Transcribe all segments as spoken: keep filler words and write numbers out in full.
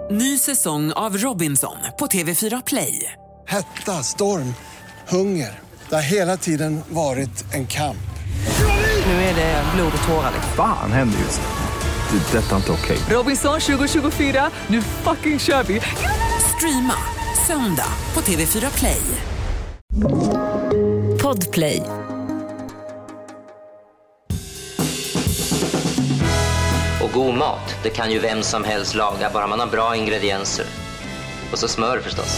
Ny säsong av Robinson på T V fyra Play. Hetta, storm, hunger. Det har hela tiden varit en kamp. Nu är det blod och tårar. Fan händer just det. Det är detta inte okej. Robinson tjugo tjugofyra, nu fucking kör vi. Streama söndag på T V fyra Play. Podplay. Och god mat, det kan ju vem som helst laga, bara man har bra ingredienser. Och så smör förstås.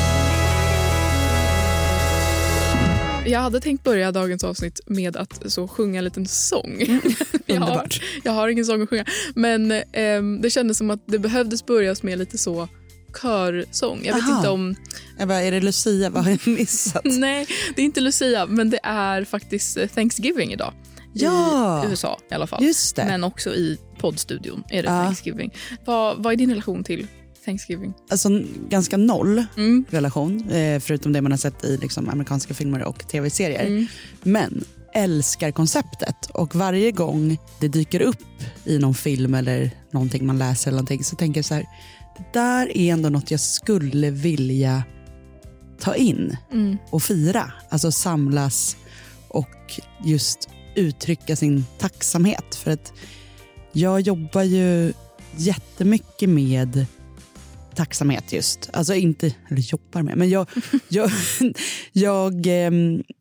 Jag hade tänkt börja dagens avsnitt med att så sjunga en liten sång. Mm. jag, har, jag har ingen sång att sjunga. Men eh, det kändes som att det behövdes börjas med lite så körsång. Jag vet Aha. inte om... Jag bara, är det Lucia? Vad har jag missat? Nej, det är inte Lucia, men det är faktiskt Thanksgiving idag. Ja. I U S A i alla fall. Just det. Men också i poddstudion är det ja. Thanksgiving. Vad, vad är din relation till Thanksgiving? Alltså ganska noll mm. relation, eh, förutom det man har sett i liksom, amerikanska filmer och tv-serier. Mm. Men älskar konceptet, och varje gång det dyker upp i någon film eller någonting man läser eller någonting, så tänker jag så här, det där är ändå något jag skulle vilja ta in mm. och fira. Alltså samlas och just uttrycka sin tacksamhet. För att jag jobbar ju jättemycket med tacksamhet just. Alltså inte, eller jobbar med, men jag, jag, jag eh,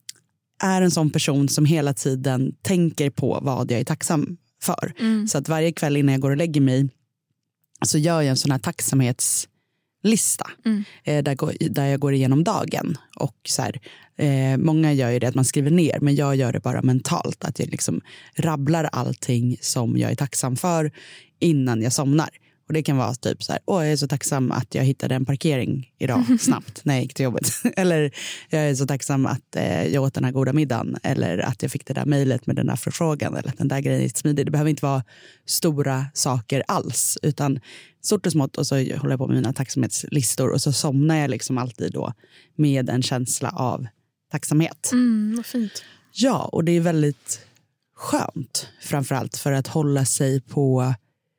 är en sån person som hela tiden tänker på vad jag är tacksam för. Mm. Så att varje kväll innan jag går och lägger mig så gör jag en sån här tacksamhetslista mm. eh, där, där jag går igenom dagen. Och så här, eh, många gör ju det att man skriver ner, men jag gör det bara mentalt. Att jag liksom rabblar allting som jag är tacksam för innan jag somnar. Och det kan vara typ så här, åh, jag är så tacksam att jag hittade en parkering idag snabbt när jag gick till jobbet. Eller jag är så tacksam att eh, jag åt den här goda middagen. Eller att jag fick det där mejlet med den där förfrågan. Eller att den där grejen är smidig. Det behöver inte vara stora saker alls. Utan stort och smått, och så håller jag på med mina tacksamhetslistor. Och så somnar jag liksom alltid då med en känsla av tacksamhet. Mm, vad fint. Ja, och det är väldigt skönt. Framförallt för att hålla sig på...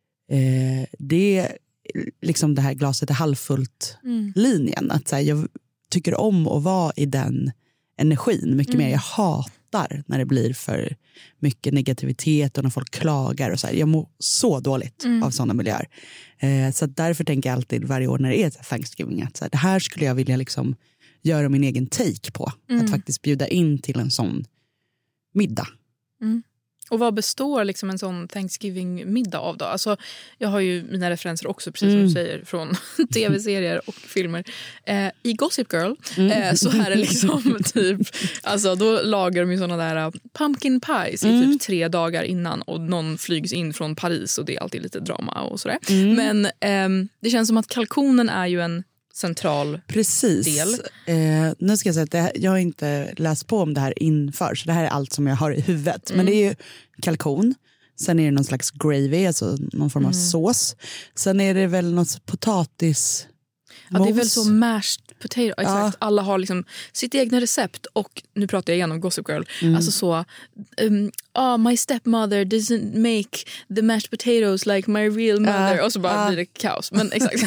Eh, det är liksom det här glaset är halvfullt mm. linjen. Att så här, jag tycker om att vara i den energin mycket mm. mer. Jag hatar när det blir för mycket negativitet och när folk klagar och så här. Jag mår så dåligt mm. av sådana miljöer. Eh, så därför tänker jag alltid varje år när det är Thanksgiving att så här, det här skulle jag vilja liksom göra min egen take på. Mm. Att faktiskt bjuda in till en sån middag. Mm. Och vad består liksom en sån Thanksgiving-middag av då? Alltså, jag har ju mina referenser också, precis som mm. du säger, från tv-serier och filmer. Eh, I Gossip Girl mm. eh, så är det liksom typ, alltså då lagar de ju såna där uh, pumpkin pies mm. i typ tre dagar innan, och någon flygs in från Paris och det är alltid lite drama och sådär. Mm. Men eh, det känns som att kalkonen är ju en central Precis. del. Eh, nu ska jag säga att det här, jag har inte läst på om det här inför, så det här är allt som jag har i huvudet. Mm. Men det är ju kalkon, sen är det någon slags gravy, alltså någon form av mm. sås. Sen är det väl något potatis. Ja, det är väl så mashed potato. Exakt. Ja. Alla har liksom sitt egna recept. Och nu pratar jag igen om Gossip Girl. Mm. Alltså så, um, oh, my stepmother doesn't make the mashed potatoes like my real mother. Uh, och så bara uh. blir det kaos. Men exakt.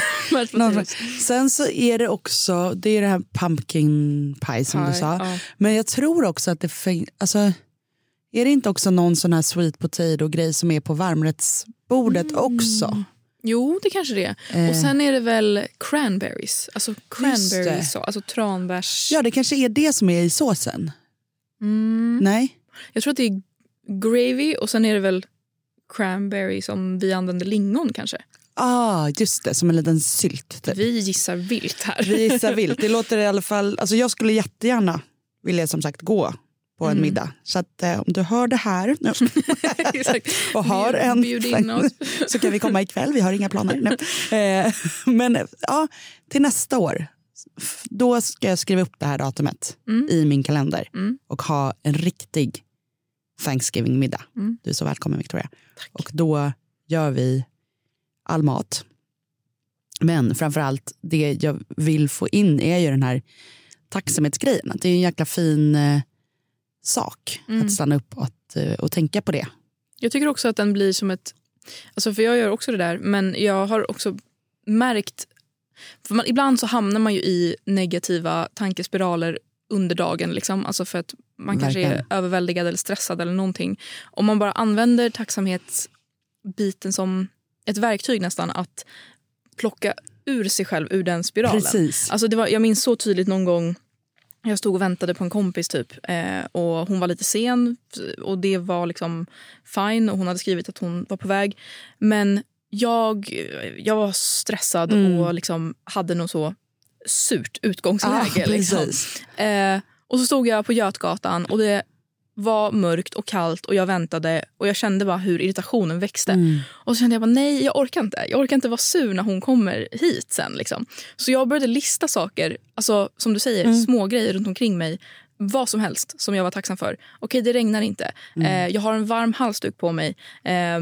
Sen så är det också, det är det här pumpkin pie som pie, du sa. Uh. Men jag tror också att det fin- alltså, är det inte också någon sån här sweet potato-grej som är på varmrättsbordet mm. också? Jo, det kanske det är. Eh. Och sen är det väl cranberries. Alltså cranberries, så, alltså tranbärs. Ja, det kanske är det som är i såsen. Mm. Nej. Jag tror att det är gravy och sen är det väl cranberry som vi använder lingon kanske. Ah, just det, som en liten sylt. Typ. Vi gissar vilt här. Vi gissar vilt. Det låter i alla fall, alltså jag skulle jättegärna vilja som sagt gå på en mm. middag. Så att eh, om du hör det här no. och har en så kan vi komma ikväll. Vi har inga planer. No. Eh, men ja, till nästa år då ska jag skriva upp det här datumet mm. i min kalender mm. och ha en riktig Thanksgiving-middag. Mm. Du är så välkommen, Victoria. Tack. Och då gör vi all mat. Men framförallt det jag vill få in är ju den här tacksamhetsgrejen. Att det är en jäkla fin eh, sak mm. att stanna upp och, att, och tänka på det. Jag tycker också att den blir som ett... Alltså för jag gör också det där, men jag har också märkt, för man, ibland så hamnar man ju i negativa tankespiraler under dagen liksom, alltså för att man kanske är överväldigad eller stressad eller någonting. Om man bara använder tacksamhetsbiten som ett verktyg nästan att plocka ur sig själv ur den spiralen. Precis. Alltså det var, jag minns så tydligt någon gång jag stod och väntade på en kompis typ eh, och hon var lite sen och det var liksom fine och hon hade skrivit att hon var på väg. Men jag, jag var stressad mm. och liksom hade nog så surt utgångsläge. Ah, liksom. eh, och så stod jag på Götgatan och det var mörkt och kallt och jag väntade och jag kände bara hur irritationen växte. Mm. Och så kände jag bara nej, jag orkar inte. Jag orkar inte vara sur när hon kommer hit sen. Liksom. Så jag började lista saker, alltså som du säger, mm. små grejer runt omkring mig. Vad som helst som jag var tacksam för. Okej, det regnar inte. Mm. Eh, jag har en varm halsduk på mig. Eh,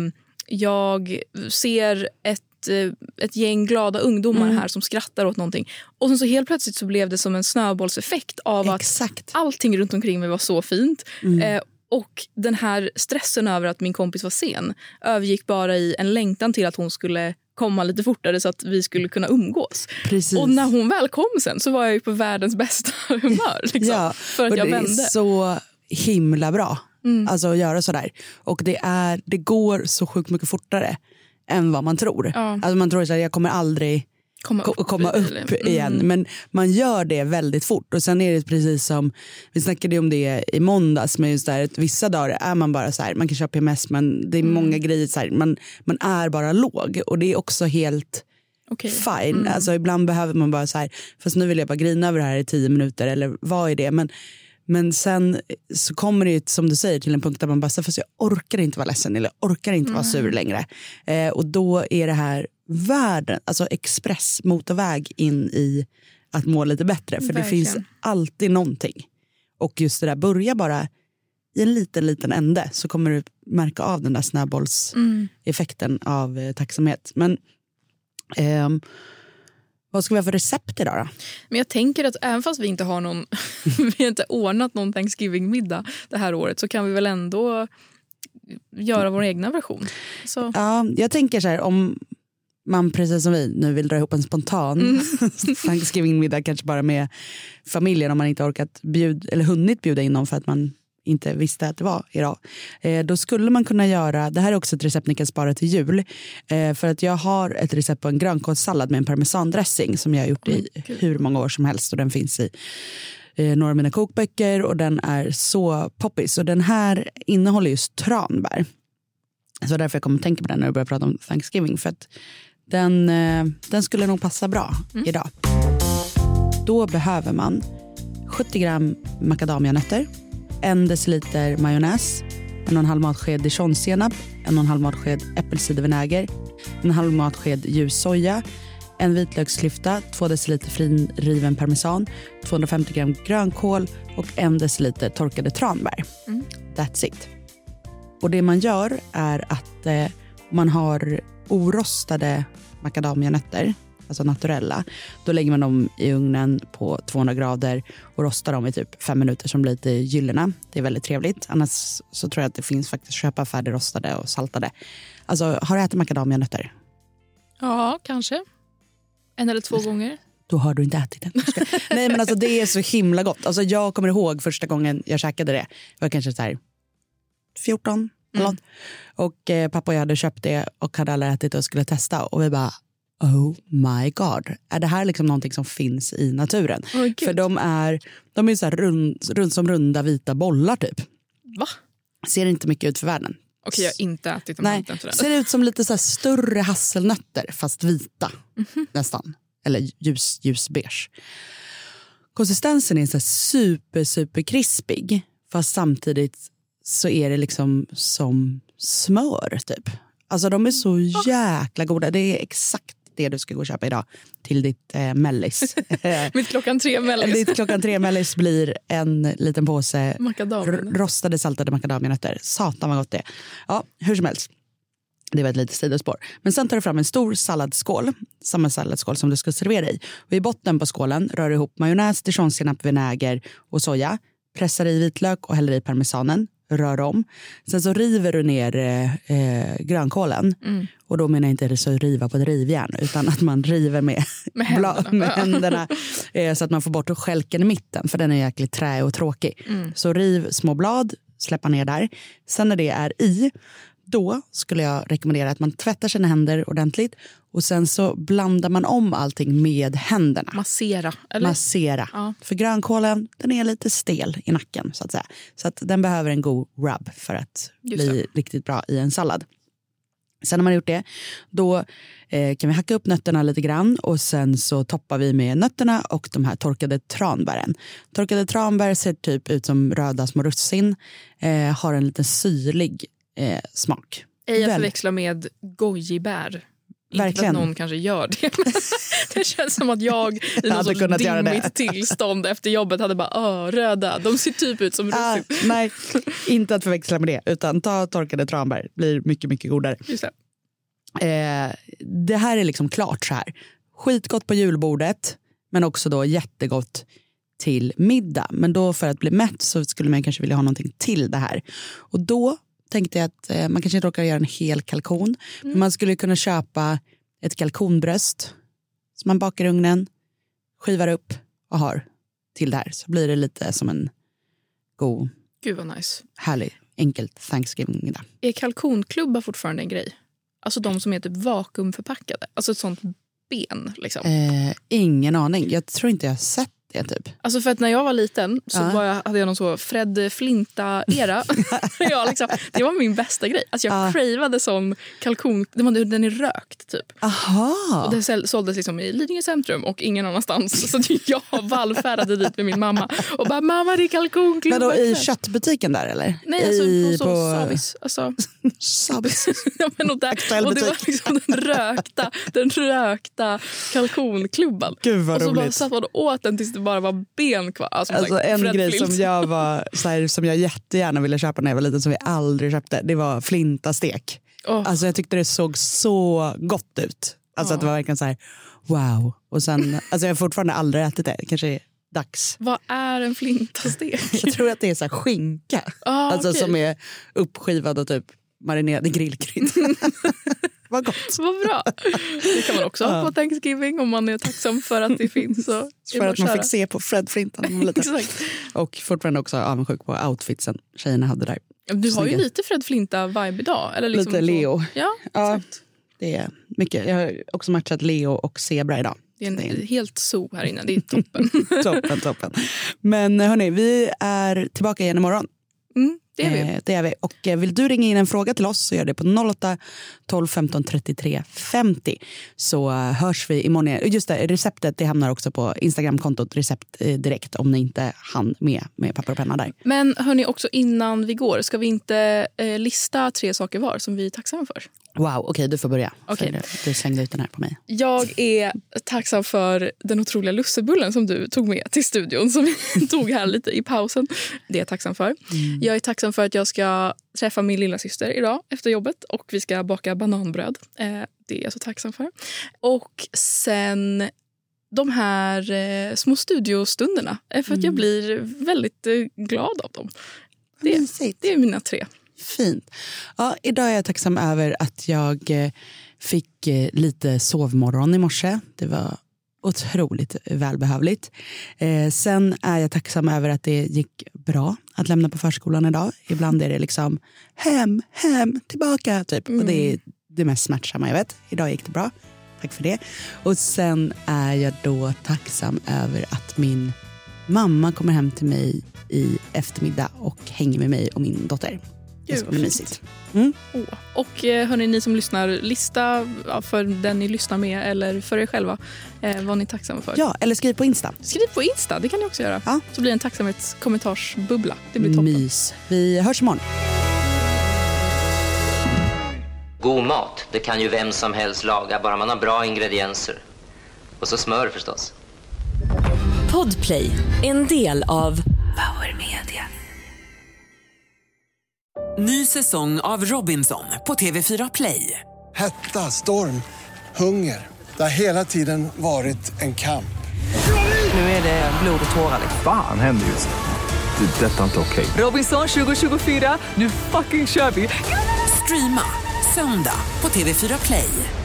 jag ser ett ett gäng glada ungdomar mm. här som skrattar åt någonting. Och sen så helt plötsligt så blev det som en snöbollseffekt av Exakt. Att allting runt omkring mig var så fint. Mm. Eh, och den här stressen över att min kompis var sen övergick bara i en längtan till att hon skulle komma lite fortare så att vi skulle kunna umgås. Precis. Och när hon väl kom sen så var jag ju på världens bästa humör. Liksom, ja, för att jag det vände. är så himla bra mm. alltså att göra sådär. Och det, är, det går så sjukt mycket fortare än vad man tror. Ja. Alltså man tror att jag kommer aldrig komma upp, komma upp mm. igen. Men man gör det väldigt fort. Och sen är det precis som, vi snackade om det i måndags, men just där att vissa dagar är man bara så här, man kan köra P M S men det är mm. många grejer så här, man, man är bara låg. Och det är också helt okay. fine. Mm. Alltså ibland behöver man bara så här, fast nu vill jag bara grina över det här i tio minuter eller vad är det? Men Men sen så kommer det ju, som du säger, till en punkt där man bara, fast jag orkar inte vara ledsen eller orkar inte vara sur längre. Eh, och då är det här världen, alltså express motorväg in i att må lite bättre. För Verkligen. Det finns alltid någonting. Och just det där, börja bara i en liten, liten ände så kommer du märka av den där snöbollseffekten mm. av eh, tacksamhet. Men ehm, vad ska vi ha för recept idag då? Men jag tänker att även fast vi inte har någon vi har inte ordnat någon Thanksgiving-middag det här året så kan vi väl ändå göra vår egna version. Så. Ja, jag tänker så här, om man precis som vi nu vill dra ihop en spontan mm. Thanksgiving-middag kanske bara med familjen om man inte orkat bjud, eller hunnit bjuda in någon för att man inte visste att det var idag. Eh, då skulle man kunna göra, det här är också ett recept ni kan spara till jul. Eh, för att jag har ett recept på en grönkålssallad med en parmesandressing som jag har gjort i mm, hur många år som helst. Och den finns i eh, några av mina kokböcker och den är så poppis. Och den här innehåller just tranbär. Så därför jag kommer att tänka på den när jag börjar prata om Thanksgiving. För att den, eh, den skulle nog passa bra mm. idag. Då behöver man sjuttio gram macadamianötter, en deciliter majonnäs, en och en halv matsked dijonsenap, en och en halv matsked äppelcidervinäger, en halv matsked ljus soja, en vitlöksklyfta, två deciliter finriven parmesan, tvåhundrafemtio gram grönkål och en deciliter torkade tranbär. Mm. That's it. Och det man gör är att eh, man har orostade macadamianötter, alltså naturella, då lägger man dem i ugnen på tvåhundra grader och rostar dem i typ fem minuter som blir lite gyllene. Det är väldigt trevligt. Annars så tror jag att det finns faktiskt köpa färdigrostade och saltade. Alltså, har du ätit macadamianötter? Ja, kanske. En eller två gånger. Då har du inte ätit den. Nej, men alltså det är så himla gott. Alltså jag kommer ihåg första gången jag käkade det. Det var kanske så här fjorton eller något. Mm. Och eh, pappa och jag hade köpt det och hade alla ätit och skulle testa. Och vi bara, oh my god. Är det här liksom någonting som finns i naturen? Oh, för de är, de är så här rund, rund som runda vita bollar typ. Va? Ser inte mycket ut för världen. Okej, jag har inte ätit dem. Nej, ser ut som lite så här större hasselnötter fast vita. Mm-hmm. Nästan. Eller ljus, ljusbeige. Konsistensen är så här super, super krispig. Fast samtidigt så är det liksom som smör typ. Alltså de är så jäkla goda. Det är exakt det du ska gå och köpa idag till ditt eh, mellis. Mitt klockan tre mellis. Ditt klockan tre mellis blir en liten påse r- rostade saltade macadamianötter. Satan vad gott det är. Ja, hur som helst. Det var ett litet sidospår. Men sen tar du fram en stor salladsskål. Samma salladsskål som du ska servera i. Och i botten på skålen rör du ihop majonnäs, dijonsenap, vinäger och soja. Pressar i vitlök och häller i parmesanen. rör om. Sen så river du ner eh, grönkålen. Mm. Och då menar jag inte det så riva på ett rivjärn, utan att man river med, med händerna, bla, med händerna eh, så att man får bort skälken i mitten, för den är jäkligt trä och tråkig. Mm. Så riv små blad, släppa ner där. Sen när det är i, då skulle jag rekommendera att man tvättar sina händer ordentligt och sen så blandar man om allting med händerna. Massera, eller? Massera. Ja. För grönkålen, den är lite stel i nacken så att säga. Så att den behöver en god rub för att Just bli det. riktigt bra i en sallad. Sen när man har gjort det, då eh, kan vi hacka upp nötterna lite grann och sen så toppar vi med nötterna och de här torkade tranbären. Torkade tranbär ser typ ut som röda små russin, eh, har en lite syrlig eh, smak. Ej att förväxla med gojibär. Inte Verkligen. att någon kanske gör det. Det känns som att jag i någon sorts dimmigt tillstånd efter jobbet hade bara, åh, röda, de ser typ ut som russin. Ah, nej, inte att förväxla med det, utan ta torkade tranbär, blir mycket, mycket godare. Just det. Eh, det här är liksom klart så här. Skitgott på julbordet, men också då jättegott till middag. Men då för att bli mätt så skulle man kanske vilja ha någonting till det här. Och då tänkte jag att eh, man kanske inte råkar göra en hel kalkon. Mm. Men man skulle kunna köpa ett kalkonbröst som man bakar i ugnen, skivar upp och har till det här. Så blir det lite som en god, Gud vad nice. härlig, enkelt Thanksgiving-middag. Är kalkonklubba fortfarande en grej? Alltså de som är typ vakuumförpackade. Alltså ett sånt ben liksom. Eh, ingen aning. Jag tror inte jag har sett det typ. Alltså för att när jag var liten så Ja. var jag, hade jag någon så Fred Flinta-era. jag liksom, det var min bästa grej. Alltså jag Ja. cravade sån kalkon. Den, var, den är rökt typ. Aha. Och det säl- såldes liksom i Lidingö centrum och ingen annanstans. Så jag vallfärdade dit med min mamma. Och bara, mamma det är kalkonklubba. Men då i köttbutiken där eller? Nej, alltså I, på, så, på... Sabis. Alltså, Sabis. ja, men och, där, Aktuell och det var butik. liksom den rökta, den rökta kalkonklubban. Gud vad och så bara roligt. satt man och åt den tills det bara var ben kvar. Alltså, Alltså sagt, en Fred grej Flint. som jag var så här, som jag jättegärna ville köpa när jag var liten som vi aldrig köpte, det var flintastek. Oh. Alltså jag tyckte det såg så gott ut. Alltså Ja. att det var verkligen så här wow. Och sen, alltså jag har fortfarande aldrig ätit det. Det kanske är dags. Vad är en flintastek? Jag tror att det är så här skinka. Ah, alltså okej. som är uppskivad och typ marinerad i grillkrydd. Vad gott. Vad bra. Det kan man också ha på Thanksgiving om man är tacksam för att det finns. Så För att man fick se på Fred Flintan när man var liten. Exakt. Och fortfarande också avundsjuk på outfitsen tjejerna hade där. Du har ju Snygga. lite Fred Flinta-vibe idag. Eller liksom Lite så. Leo. Ja, Ja. exakt. Det är mycket. Jag har också matchat Leo och Zebra idag. Det är en Det är- helt zoo här inne. Det är toppen. Toppen, toppen. Men hörni, vi är tillbaka igen imorgon. Mm, det är vi. Eh, det är vi. Och eh, vill du ringa in en fråga till oss så gör det på noll åtta tolv femton trettiotre femtio. Så eh, hörs vi imorgon igen. Och just det, receptet det hamnar också på Instagramkontot Recept eh, direkt om ni inte hann med med papper och penna där. Men hörni, också innan vi går, ska vi inte eh, lista tre saker var som vi är tacksamma för? Wow, okej okay, du får börja. Okej. För du slängde ut den här på mig. Jag är tacksam för den otroliga lussebullen som du tog med till studion som vi tog här lite i pausen. Det är jag tacksam för. Mm. Jag är tacksam för att jag ska träffa min lilla syster idag efter jobbet och vi ska baka bananbröd. Eh, det är jag så tacksam för. Och sen de här eh, små studiostunderna eh, för att mm. jag blir väldigt eh, glad av dem. Det, det är mina tre. Fint. Ja, idag är jag tacksam över att jag eh, fick eh, lite sovmorgon i morse. Det var otroligt välbehövligt. Eh, sen är jag tacksam över att det gick bra att lämna på förskolan idag. Ibland är det liksom hem, hem, tillbaka typ. Mm. Och det är det mest smärtsamma jag vet. Idag gick det bra. Tack för det. Och sen är jag då tacksam över att min mamma kommer hem till mig i eftermiddag och hänger med mig och min dotter. Det ska bli mysigt. Mm. Oh. Och hörni, ni som lyssnar, lista för den ni lyssnar med eller för er själva eh, vad ni är tacksamma för. Ja, eller skriv på Insta. Skriv på Insta, det kan ni också göra. Ja. Så blir det en tacksamhetskommentarsbubbla. Det blir toppen. Mys. Vi hörs imorgon. God mat, det kan ju vem som helst laga, bara man har bra ingredienser. Och så smör förstås. Podplay, en del av Power Media. Ny säsong av Robinson på T V fyra Play. Hetta, storm, hunger. Det har hela tiden varit en kamp. Nu är det blod och tårar. Fan händer just det. Det. är Detta är inte okej. Robinson tjugo tjugofyra, nu fucking kör vi! Streama söndag på T V fyra Play.